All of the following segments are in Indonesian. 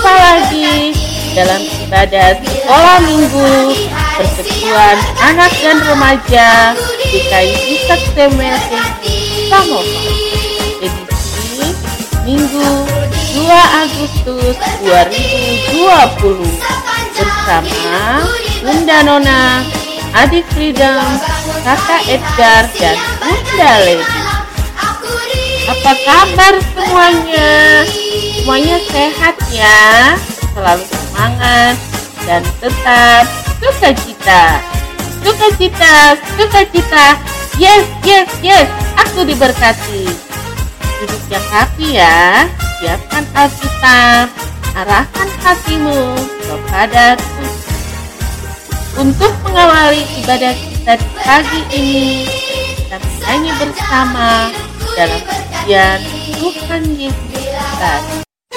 Jumpa lagi dalam ibadah sekolah minggu persekutuan anak dan remaja GKI Ishak CMLT Samova, edisi Minggu 2 Agustus 2020 bersama Bunda Nona, Adik Freedom, Kakak Edgar, dan Bunda Lady. Apa kabar semuanya? Semuanya sehat ya? Selalu semangat dan tetap sukacita. Sukacita. Yes. Aku diberkati. Duduk yang rapi ya. Siapkan Alkitab. Arahkan hatimu kepada Tuhan. Untuk mengawali ibadah kita di pagi ini, kita menyanyi bersama dalam pujian Tuhan Yesus Kristus.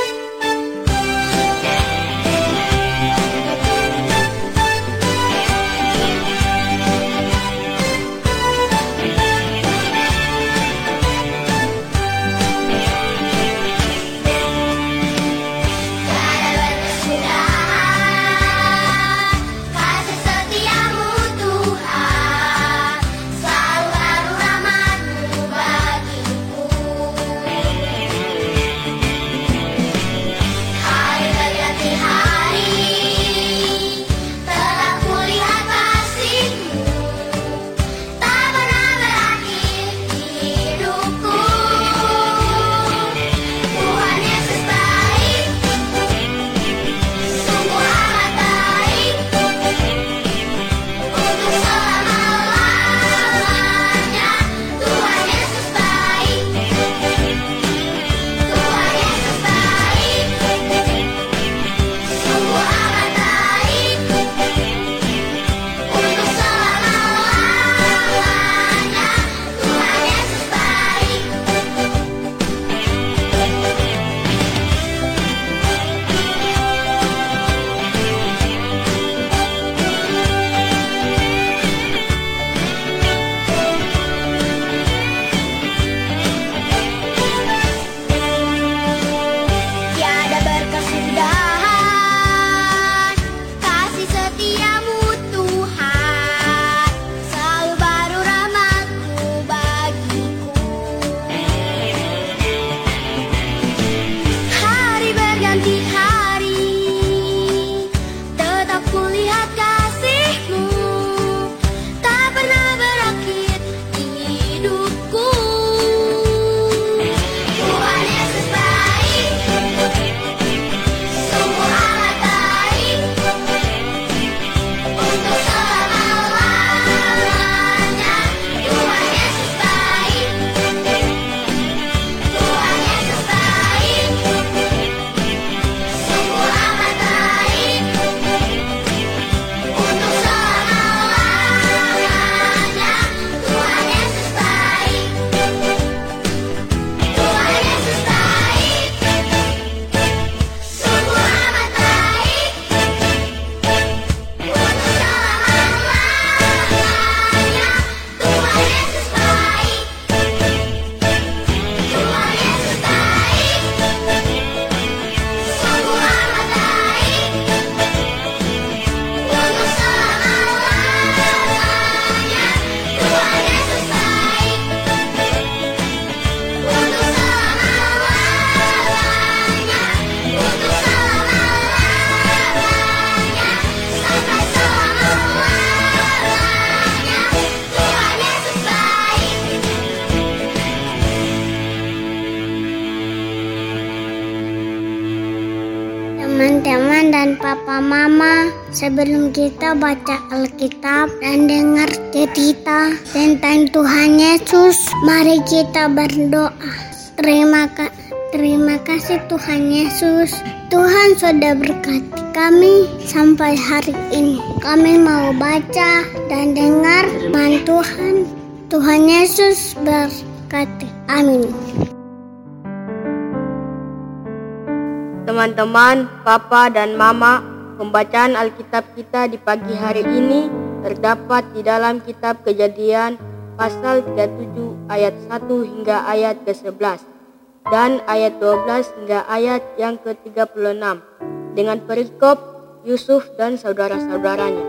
Teman-teman dan papa mama, sebelum kita baca Alkitab dan dengar cerita tentang Tuhan Yesus, mari kita berdoa. Terima kasih Tuhan Yesus. Tuhan sudah berkati kami sampai hari ini. Kami mau baca dan dengar firman Tuhan. Tuhan Yesus berkati. Amin. Teman-teman, Papa dan Mama, pembacaan Alkitab kita di pagi hari ini terdapat di dalam kitab Kejadian pasal 37 ayat 1 hingga ayat ke-11 dan ayat 12 hingga ayat yang ke-36. dengan perikop Yusuf dan saudara-saudaranya.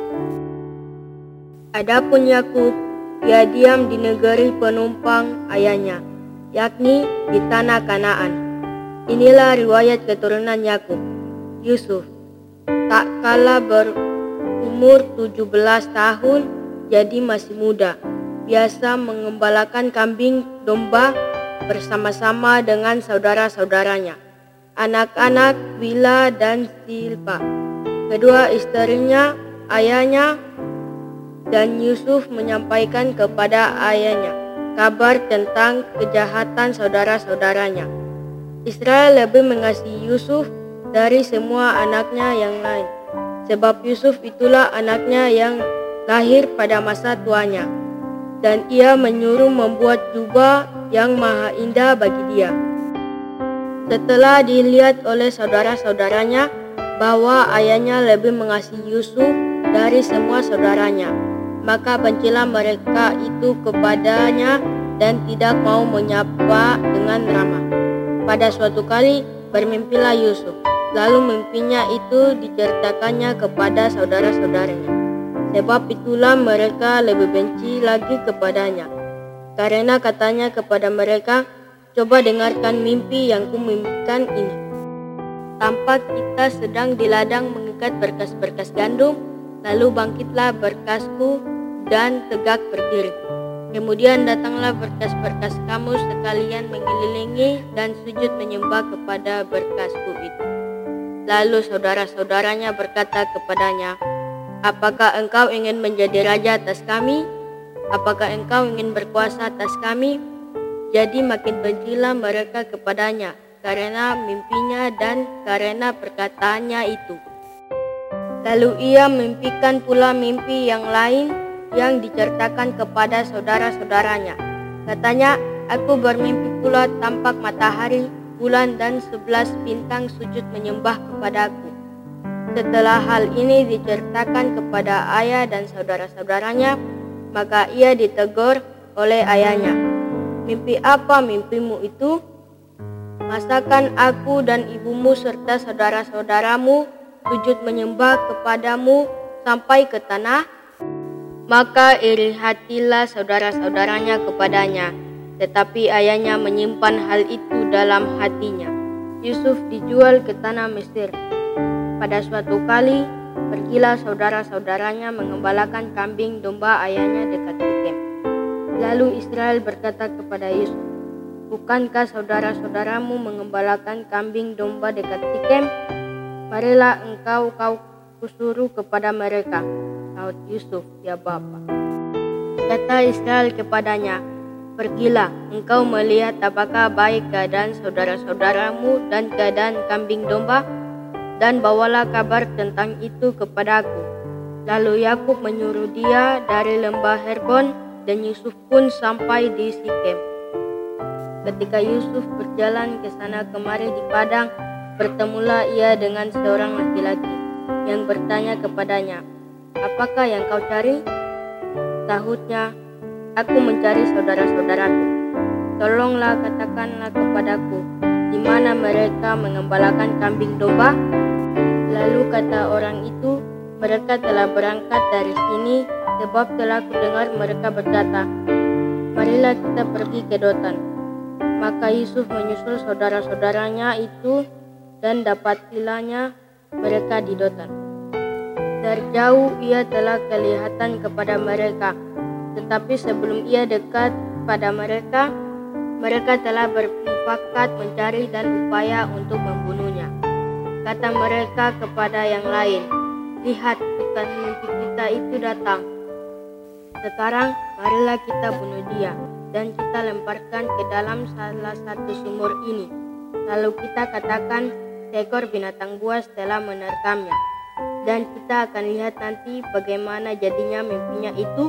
Adapun Yakub, ia diam di negeri penumpang ayahnya, yakni di tanah Kanaan. Inilah riwayat keturunan Yakub. Yusuf tak kala berumur 17 tahun, jadi masih muda, biasa mengembalakan kambing domba bersama-sama dengan saudara-saudaranya, anak-anak Bila dan Silpa, kedua istrinya, ayahnya. Dan Yusuf menyampaikan kepada ayahnya kabar tentang kejahatan saudara-saudaranya. Israel lebih mengasihi Yusuf dari semua anaknya yang lain, sebab Yusuf itulah anaknya yang lahir pada masa tuanya. Dan ia menyuruh membuat jubah yang maha indah bagi dia. Setelah dilihat oleh saudara-saudaranya bahwa ayahnya lebih mengasihi Yusuf dari semua saudaranya, maka bencilah mereka itu kepadanya dan tidak mau menyapa dengan ramah. Pada suatu kali bermimpilah Yusuf, lalu mimpinya itu diceritakannya kepada saudara-saudaranya. Sebab itulah mereka lebih benci lagi kepadanya, karena katanya kepada mereka, "Coba dengarkan mimpi yang kumimpikan ini. Tampak kita sedang di ladang mengikat berkas-berkas gandum, lalu bangkitlah berkasku dan tegak berdiri. Kemudian datanglah berkas-berkas kamu sekalian mengelilingi dan sujud menyembah kepada berkasku itu." Lalu saudara-saudaranya berkata kepadanya, "Apakah engkau ingin menjadi raja atas kami? Apakah engkau ingin berkuasa atas kami?" Jadi makin bencilah mereka kepadanya karena mimpinya dan karena perkataannya itu. Lalu ia mimpikan pula mimpi yang lain yang diceritakan kepada saudara-saudaranya. Katanya, "Aku bermimpi pula tampak matahari, bulan dan 11 bintang sujud menyembah kepadaku." Setelah hal ini diceritakan kepada ayah dan saudara-saudaranya, maka ia ditegur oleh ayahnya. "Mimpi apa mimpimu itu? Masakan aku dan ibumu serta saudara-saudaramu sujud menyembah kepadamu sampai ke tanah?" Maka iri hatilah saudara-saudaranya kepadanya, tetapi ayahnya menyimpan hal itu dalam hatinya. Yusuf dijual ke tanah Mesir. Pada suatu kali, pergilah saudara-saudaranya mengembalakan kambing domba ayahnya dekat Sikem. Lalu Israel berkata kepada Yusuf, "Bukankah saudara-saudaramu mengembalakan kambing domba dekat Sikem? Marilah engkau kusuruh kepada mereka." Sahut Yusuf, "Ya Bapa." Kata Israel kepadanya, "Pergilah, engkau melihat apakah baik keadaan saudara-saudaramu dan keadaan kambing domba, dan bawalah kabar tentang itu kepadaku." Lalu Yakub menyuruh dia dari lembah Herbon, dan Yusuf pun sampai di Sikem. Ketika Yusuf berjalan ke sana kemari di padang, bertemulah ia dengan seorang laki-laki yang bertanya kepadanya, "Apakah yang kau cari?" Sahutnya, "Aku mencari saudara-saudaraku. Tolonglah katakanlah kepadaku, di mana mereka mengembalakan kambing domba?" Lalu kata orang itu, "Mereka telah berangkat dari sini, sebab telah kudengar mereka berkata, 'Marilah kita pergi ke Dotan.'" Maka Yusuf menyusul saudara-saudaranya itu dan dapatilahnya mereka di Dotan. Dari jauh ia telah kelihatan kepada mereka, tetapi sebelum ia dekat pada mereka, mereka telah bermufakat mencari dan upaya untuk membunuhnya. Kata mereka kepada yang lain, "Lihat, tukang mimpi kita itu datang. Sekarang marilah kita bunuh dia dan kita lemparkan ke dalam salah satu sumur ini. Lalu kita katakan seekor binatang buas telah menerkamnya. Dan kita akan lihat nanti bagaimana jadinya mimpinya itu."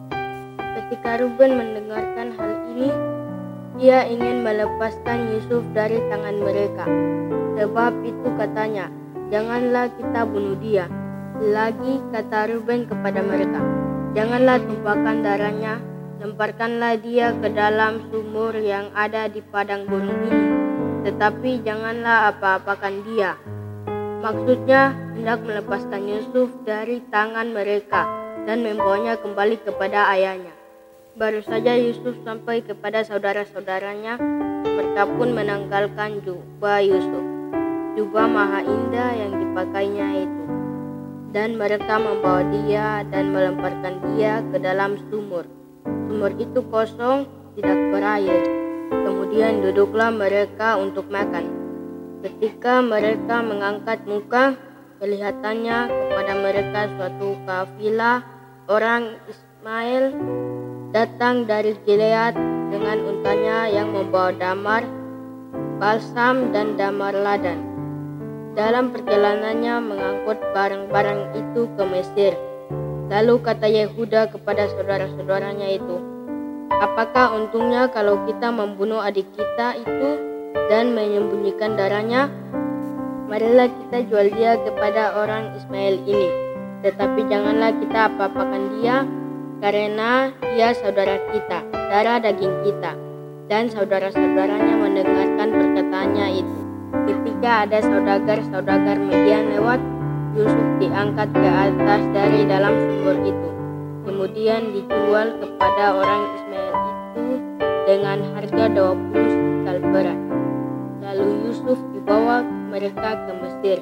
Ketika Ruben mendengarkan hal ini, ia ingin melepaskan Yusuf dari tangan mereka. Sebab itu katanya, "Janganlah kita bunuh dia." Lagi kata Ruben kepada mereka, "Janganlah tumpahkan darahnya, lemparkanlah dia ke dalam sumur yang ada di padang gurun ini. Tetapi janganlah apa-apakan dia." Maksudnya hendak melepaskan Yusuf dari tangan mereka dan membawanya kembali kepada ayahnya. Baru saja Yusuf sampai kepada saudara-saudaranya, mereka pun menanggalkan jubah Yusuf, jubah maha indah yang dipakainya itu. Dan mereka membawa dia dan melemparkan dia ke dalam sumur. Sumur itu kosong, tidak berair. Kemudian duduklah mereka untuk makan. Ketika mereka mengangkat muka, kelihatannya kepada mereka suatu kafilah orang Ismail datang dari Gilead dengan untanya yang membawa damar, balsam dan damar ladan. Dalam perjalanannya mengangkut barang-barang itu ke Mesir. Lalu kata Yehuda kepada saudara-saudaranya itu, "Apakah untungnya kalau kita membunuh adik kita itu dan menyembunyikan darahnya? Marilah kita jual dia kepada orang Ismail ini. Tetapi janganlah kita apa-apakan dia, karena dia saudara kita, darah daging kita." Dan saudara-saudaranya mendengarkan perkataannya itu. Ketika ada saudagar Midian lewat, Yusuf diangkat ke atas dari dalam sumur itu, kemudian dijual kepada orang Ismail itu dengan harga 20 sekal perak. Lalu Yusuf dibawa mereka ke Mesir.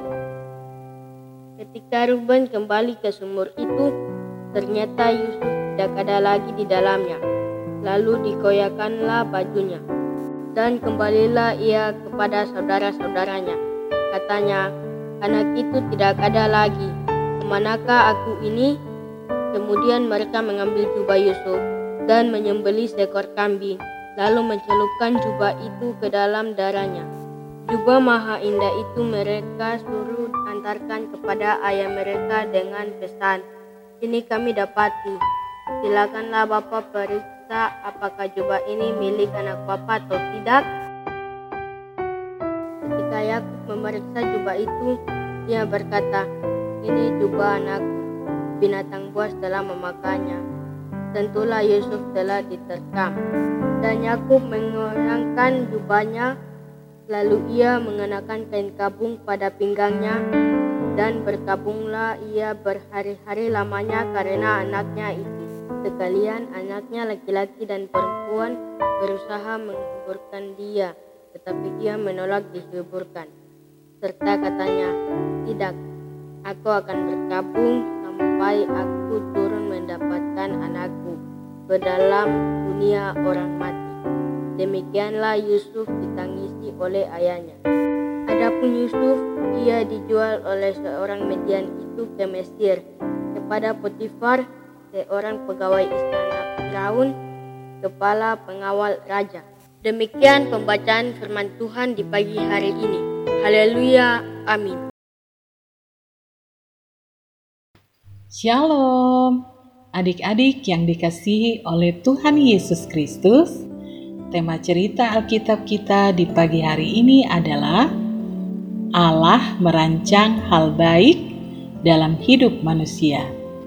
Ketika Ruben kembali ke sumur itu, ternyata Yusuf tidak ada lagi di dalamnya. Lalu dikoyakkanlah bajunya, dan kembalilah ia kepada saudara-saudaranya. Katanya, "Anak itu tidak ada lagi. Kemanakah aku ini?" Kemudian mereka mengambil jubah Yusuf dan menyembelih seekor kambing, lalu mencelupkan jubah itu ke dalam darahnya. Jubah maha indah itu mereka suruh antarkan kepada ayah mereka dengan pesan, "Ini kami dapati. Silakanlah Bapa periksa apakah jubah ini milik anak Bapa atau tidak." Ketika Yakub memeriksa jubah itu, dia berkata, "Ini jubah anakku. Binatang buas telah memakainya." Tentulah Yusuf telah diterkam. Dan Yakub mengoyangkan jubahnya, lalu ia mengenakan kain kabung pada pinggangnya, dan berkabunglah ia berhari-hari lamanya karena anaknya itu. Sekalian anaknya laki-laki dan perempuan berusaha menghiburkan dia, tetapi dia menolak dihiburkan. Serta katanya, "Tidak, aku akan berkabung sampai aku turun mendapatkan anakku ke dalam dunia orang mati." Demikianlah Yusuf ditangisi oleh ayahnya. Adapun Yusuf, ia dijual oleh seorang Midian itu ke Mesir kepada Potifar, seorang pegawai istana Firaun, kepala pengawal raja. Demikian pembacaan firman Tuhan di pagi hari ini. Haleluya, amin. Shalom, adik-adik yang dikasihi oleh Tuhan Yesus Kristus. Tema cerita Alkitab kita di pagi hari ini adalah Allah merancang hal baik dalam hidup manusia.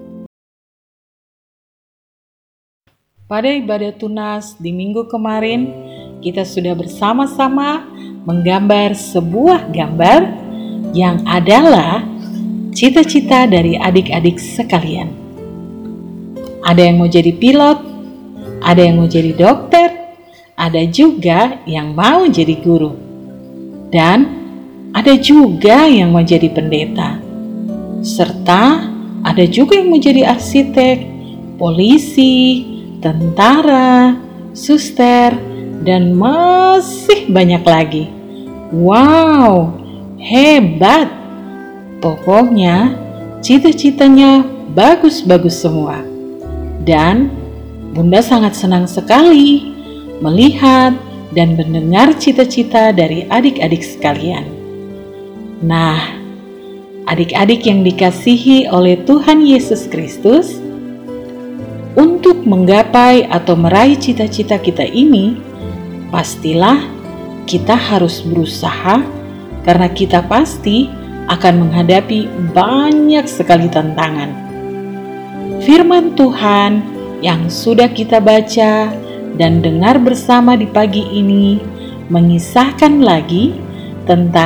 Pada ibadah tunas di minggu kemarin, kita sudah bersama-sama menggambar sebuah gambar yang adalah cita-cita dari adik-adik sekalian. Ada yang mau jadi pilot, ada yang mau jadi dokter, ada juga yang mau jadi guru, dan ada juga yang mau jadi pendeta, serta ada juga yang mau jadi arsitek, polisi, tentara, suster, dan masih banyak lagi. Wow, hebat! Pokoknya cita-citanya bagus-bagus semua. Dan Bunda sangat senang sekali melihat dan mendengar cita-cita dari adik-adik sekalian. Nah, adik-adik yang dikasihi oleh Tuhan Yesus Kristus, untuk menggapai atau meraih cita-cita kita ini, pastilah kita harus berusaha, karena kita pasti akan menghadapi banyak sekali tantangan. Firman Tuhan yang sudah kita baca dan dengar bersama di pagi ini mengisahkan lagi tentang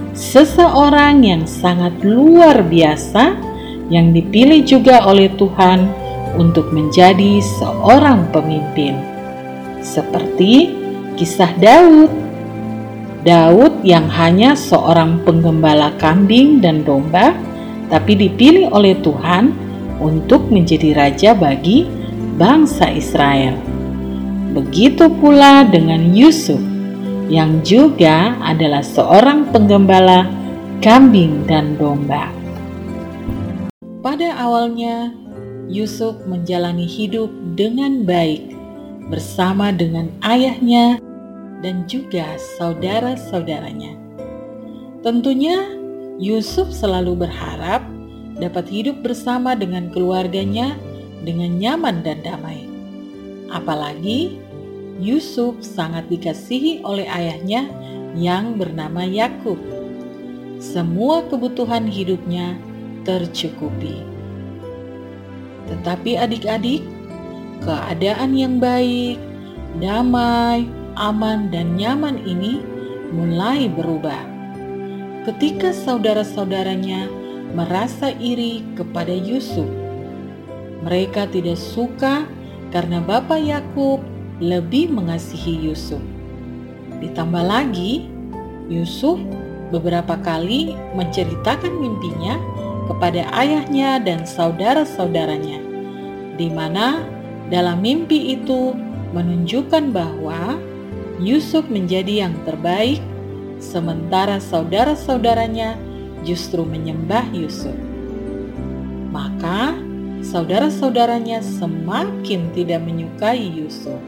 seseorang yang sangat luar biasa yang dipilih juga oleh Tuhan untuk menjadi seorang pemimpin. Seperti kisah Daud. Daud yang hanya seorang penggembala kambing dan domba, tapi dipilih oleh Tuhan untuk menjadi raja bagi bangsa Israel. Begitu pula dengan Yusuf, yang juga adalah seorang penggembala kambing dan domba. Pada awalnya, Yusuf menjalani hidup dengan baik bersama dengan ayahnya dan juga saudara-saudaranya. Tentunya Yusuf selalu berharap dapat hidup bersama dengan keluarganya dengan nyaman dan damai. Apalagi Yusuf sangat dikasihi oleh ayahnya yang bernama Yakub. Semua kebutuhan hidupnya tercukupi. Tetapi adik-adik, keadaan yang baik, damai, aman, dan nyaman ini mulai berubah ketika saudara-saudaranya merasa iri kepada Yusuf. Mereka tidak suka karena Bapak Yakub lebih mengasihi Yusuf. Ditambah lagi, Yusuf beberapa kali menceritakan mimpinya kepada ayahnya dan saudara-saudaranya, di mana dalam mimpi itu menunjukkan bahwa Yusuf menjadi yang terbaik, sementara saudara-saudaranya justru menyembah Yusuf. Maka saudara-saudaranya semakin tidak menyukai Yusuf.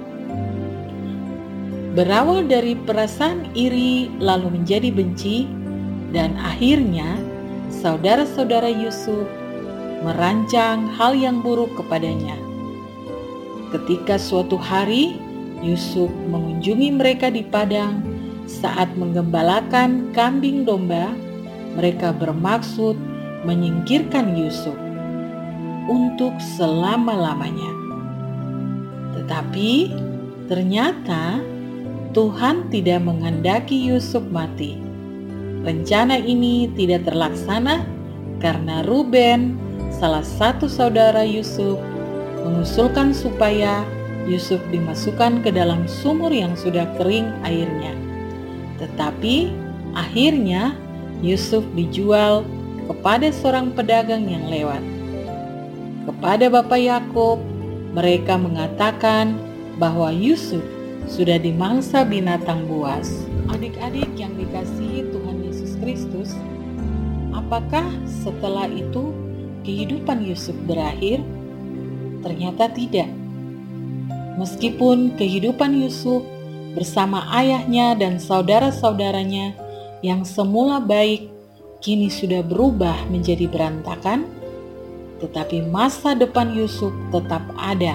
Berawal dari perasaan iri lalu menjadi benci, dan akhirnya saudara-saudara Yusuf merancang hal yang buruk kepadanya. Ketika suatu hari Yusuf mengunjungi mereka di padang saat menggembalakan kambing domba, mereka bermaksud menyingkirkan Yusuf untuk selama-lamanya. Tetapi ternyata Tuhan tidak menghendaki Yusuf mati. Rencana ini tidak terlaksana karena Ruben, salah satu saudara Yusuf, mengusulkan supaya Yusuf dimasukkan ke dalam sumur yang sudah kering airnya. Tetapi akhirnya Yusuf dijual kepada seorang pedagang yang lewat. Kepada Bapak Yakub, mereka mengatakan bahwa Yusuf sudah dimangsa binatang buas. Adik-adik yang dikasihi Tuhan Yesus Kristus, apakah setelah itu kehidupan Yusuf berakhir? Ternyata tidak. Meskipun kehidupan Yusuf bersama ayahnya dan saudara-saudaranya yang semula baik kini sudah berubah menjadi berantakan, tetapi masa depan Yusuf tetap ada.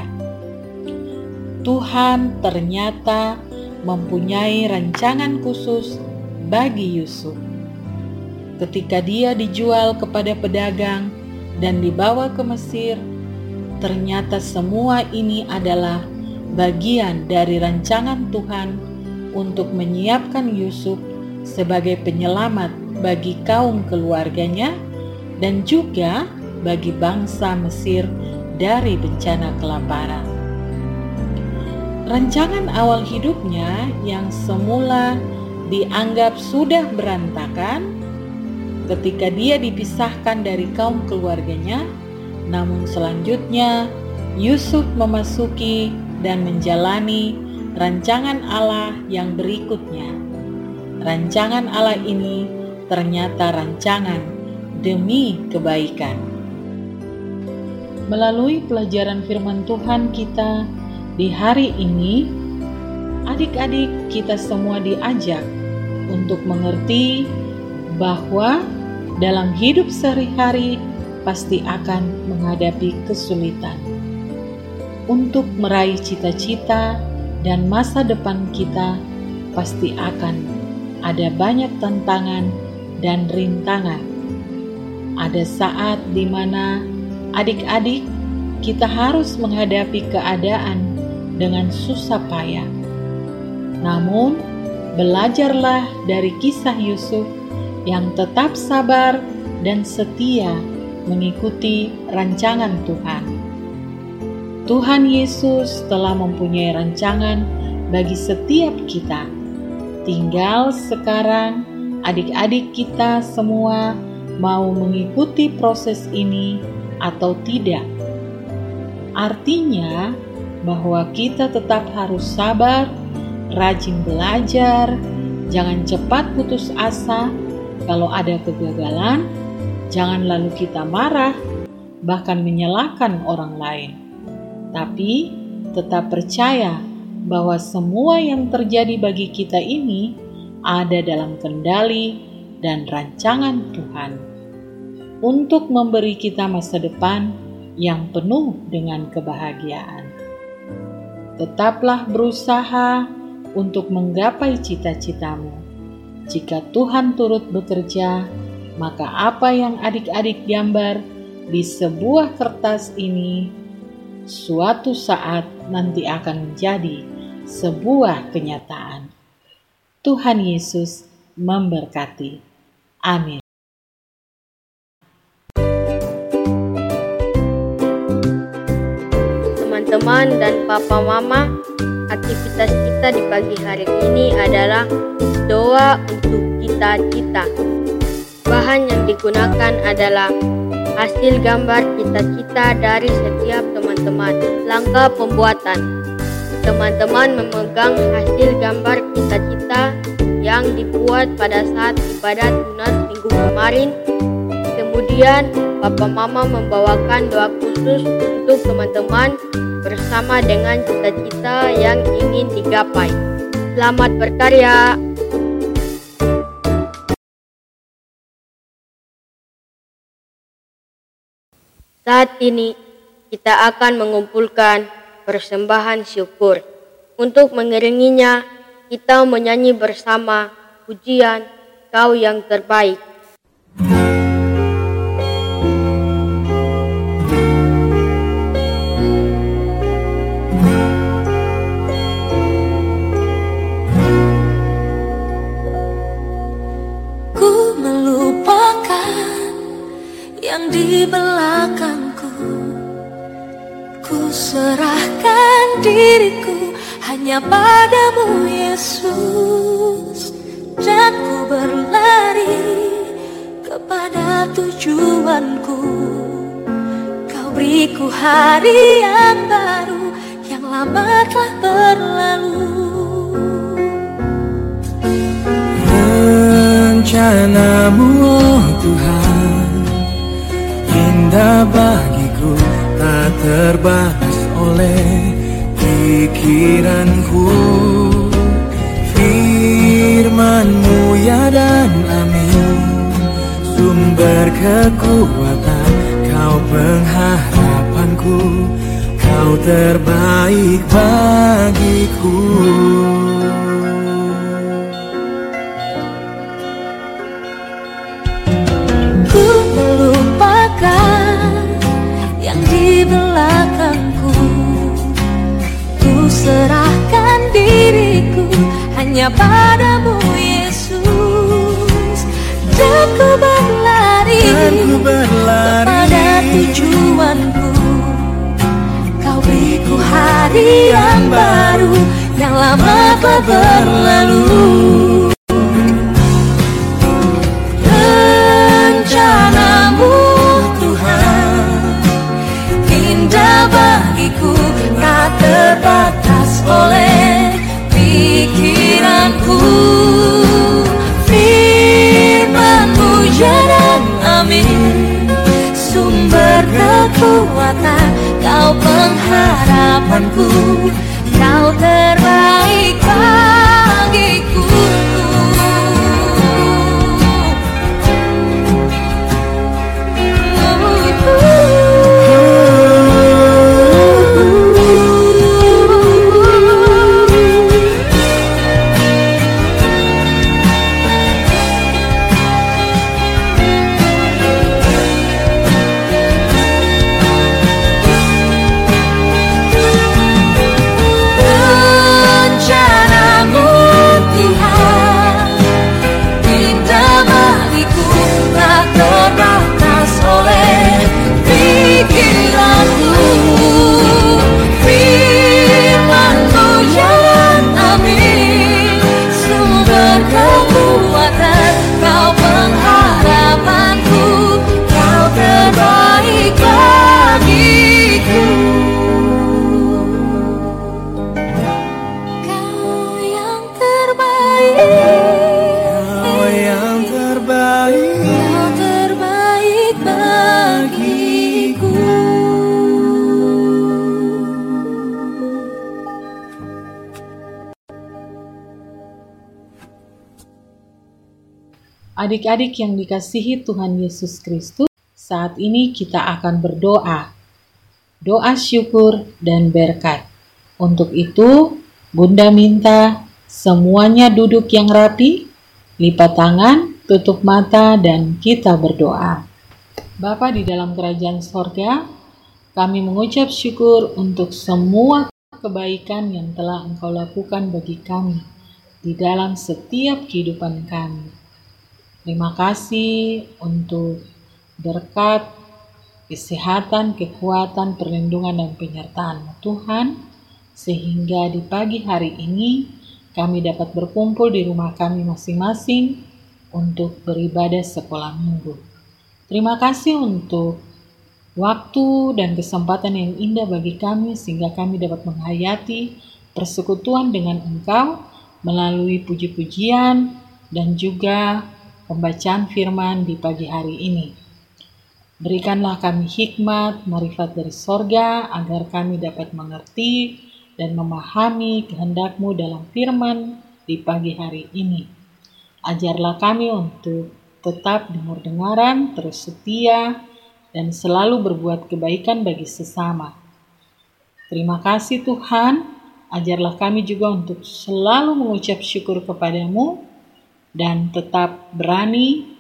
Tuhan ternyata mempunyai rancangan khusus bagi Yusuf. Ketika dia dijual kepada pedagang dan dibawa ke Mesir, ternyata semua ini adalah bagian dari rancangan Tuhan untuk menyiapkan Yusuf sebagai penyelamat bagi kaum keluarganya dan juga bagi bangsa Mesir dari bencana kelaparan. Rancangan awal hidupnya yang semula dianggap sudah berantakan ketika dia dipisahkan dari kaum keluarganya, namun selanjutnya Yusuf memasuki dan menjalani rancangan Allah yang berikutnya. Rancangan Allah ini ternyata rancangan demi kebaikan. Melalui pelajaran firman Tuhan kita di hari ini, adik-adik kita semua diajak untuk mengerti bahwa dalam hidup sehari-hari pasti akan menghadapi kesulitan. Untuk meraih cita-cita dan masa depan kita pasti akan ada banyak tantangan dan rintangan. Ada saat di mana adik-adik kita harus menghadapi keadaan dengan susah payah. Namun, belajarlah dari kisah Yusuf yang tetap sabar dan setia mengikuti rancangan Tuhan. Tuhan Yesus telah mempunyai rancangan bagi setiap kita. Tinggal sekarang adik-adik kita semua mau mengikuti proses ini atau tidak. Artinya bahwa kita tetap harus sabar, rajin belajar, jangan cepat putus asa. Kalau ada kegagalan, jangan lalu kita marah, bahkan menyalahkan orang lain. Tapi tetap percaya bahwa semua yang terjadi bagi kita ini ada dalam kendali dan rancangan Tuhan untuk memberi kita masa depan yang penuh dengan kebahagiaan. Tetaplah berusaha untuk menggapai cita-citamu. Jika Tuhan turut bekerja, maka apa yang adik-adik gambar di sebuah kertas ini suatu saat nanti akan menjadi sebuah kenyataan. Tuhan Yesus memberkati. Amin. Teman-teman dan papa mama, aktivitas kita di pagi hari ini adalah doa untuk cita-cita. Bahan yang digunakan adalah hasil gambar cita-cita dari setiap teman-teman. Langkah pembuatan: teman-teman memegang hasil gambar cita-cita yang dibuat pada saat ibadat tunas minggu kemarin. Kemudian papa mama membawakan doa khusus untuk teman-teman bersama dengan cita-cita yang ingin digapai. Selamat berkarya. Saat ini kita akan mengumpulkan persembahan syukur. Untuk mengiringinya, kita menyanyi bersama pujian Kau yang Terbaik. Ku melupakan yang di belakangku, ku serahkan diriku hanya padamu Yesus, dan ku berlari kepada tujuanku. Kau beriku hari yang baru, yang lama telah berlalu. Rencanamu oh Tuhan, indah bagiku, tak terbatas oleh pikiranku. Firman-Mu ya dan amin, sumber kekuatan, Kau pengharapanku, Kau terbaik bagiku. Ku melupakan yang di belakangku, ku serahkan diriku hanya padamu Yesus, dan ku berlari kepada tujuanku. Kau beriku hari yang baru, yang lama telah berlalu. Rencanamu Tuhan, indah bagiku, tak terbatas oleh pikiranku. Firman-Mu ya dan amin, sumber kekuatan, Kau pengharapanku, Kau terbaik bagiku. Adik-adik yang dikasihi Tuhan Yesus Kristus, saat ini kita akan berdoa. Doa syukur dan berkat. Untuk itu, Bunda minta semuanya duduk yang rapi, lipat tangan, tutup mata, dan kita berdoa. Bapa di dalam kerajaan sorga, kami mengucap syukur untuk semua kebaikan yang telah Engkau lakukan bagi kami di dalam setiap kehidupan kami. Terima kasih untuk berkat, kesehatan, kekuatan, perlindungan, dan penyertaan Tuhan, sehingga di pagi hari ini kami dapat berkumpul di rumah kami masing-masing untuk beribadah sekolah minggu. Terima kasih untuk waktu dan kesempatan yang indah bagi kami, sehingga kami dapat menghayati persekutuan dengan Engkau melalui puji-pujian dan juga pembacaan firman di pagi hari ini. Berikanlah kami hikmat, marifat dari sorga, agar kami dapat mengerti dan memahami kehendak-Mu dalam firman di pagi hari ini. Ajarlah kami untuk tetap dengar-dengaran, terus setia, dan selalu berbuat kebaikan bagi sesama. Terima kasih Tuhan, ajarlah kami juga untuk selalu mengucap syukur kepada-Mu, dan tetap berani,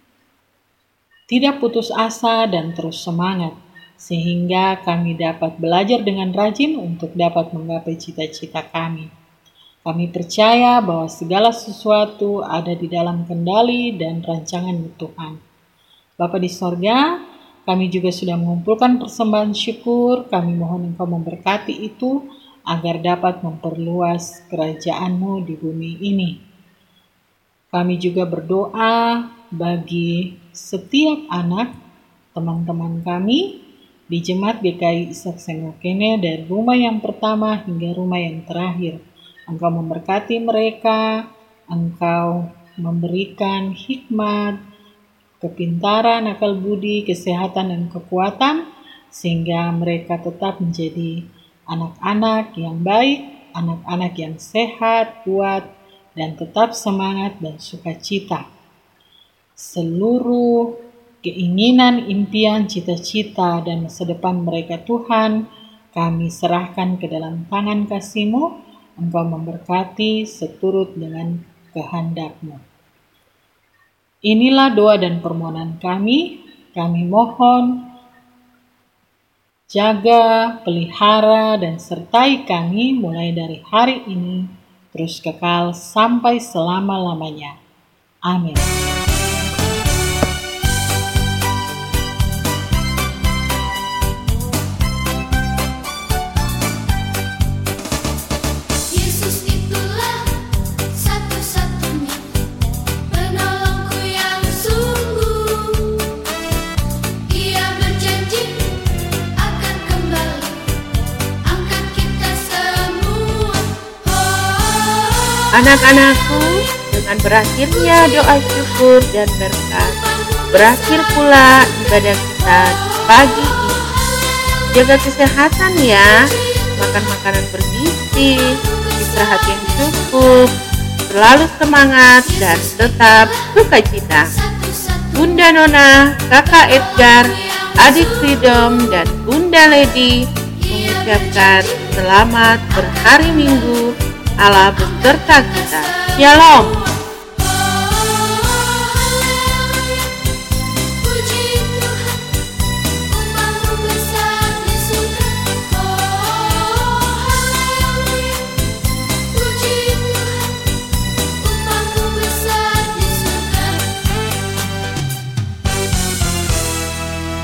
tidak putus asa, dan terus semangat, sehingga kami dapat belajar dengan rajin untuk dapat menggapai cita-cita kami. Kami percaya bahwa segala sesuatu ada di dalam kendali dan rancangan Tuhan. Bapa di sorga, kami juga sudah mengumpulkan persembahan syukur. Kami mohon Engkau memberkati itu agar dapat memperluas kerajaan-Mu di bumi ini. Kami juga berdoa bagi setiap anak teman-teman kami di Jemaat GKI Ishak Sengokene dari rumah yang pertama hingga rumah yang terakhir. Engkau memberkati mereka, Engkau memberikan hikmat, kepintaran, akal budi, kesehatan, dan kekuatan, sehingga mereka tetap menjadi anak-anak yang baik, anak-anak yang sehat, kuat, dan tetap semangat dan sukacita. Seluruh keinginan, impian, cita-cita, dan masa depan mereka Tuhan, kami serahkan ke dalam tangan kasih-Mu. Engkau memberkati seturut dengan kehendak-Mu. Inilah doa dan permohonan kami. Kami mohon jaga, pelihara, dan sertai kami mulai dari hari ini terus kekal sampai selama-lamanya. Amin. Anak-anakku, dengan berakhirnya doa syukur dan berkat, berakhir pula ibadah kita di pagi ini. Jaga kesehatan ya, makan makanan bergizi, istirahat yang cukup, selalu semangat dan tetap sukacita. Bunda Nona, Kakak Edgar, Adik Freedom, dan Bunda Lady mengucapkan selamat berhari Minggu. Allah beserta kita. Shalom.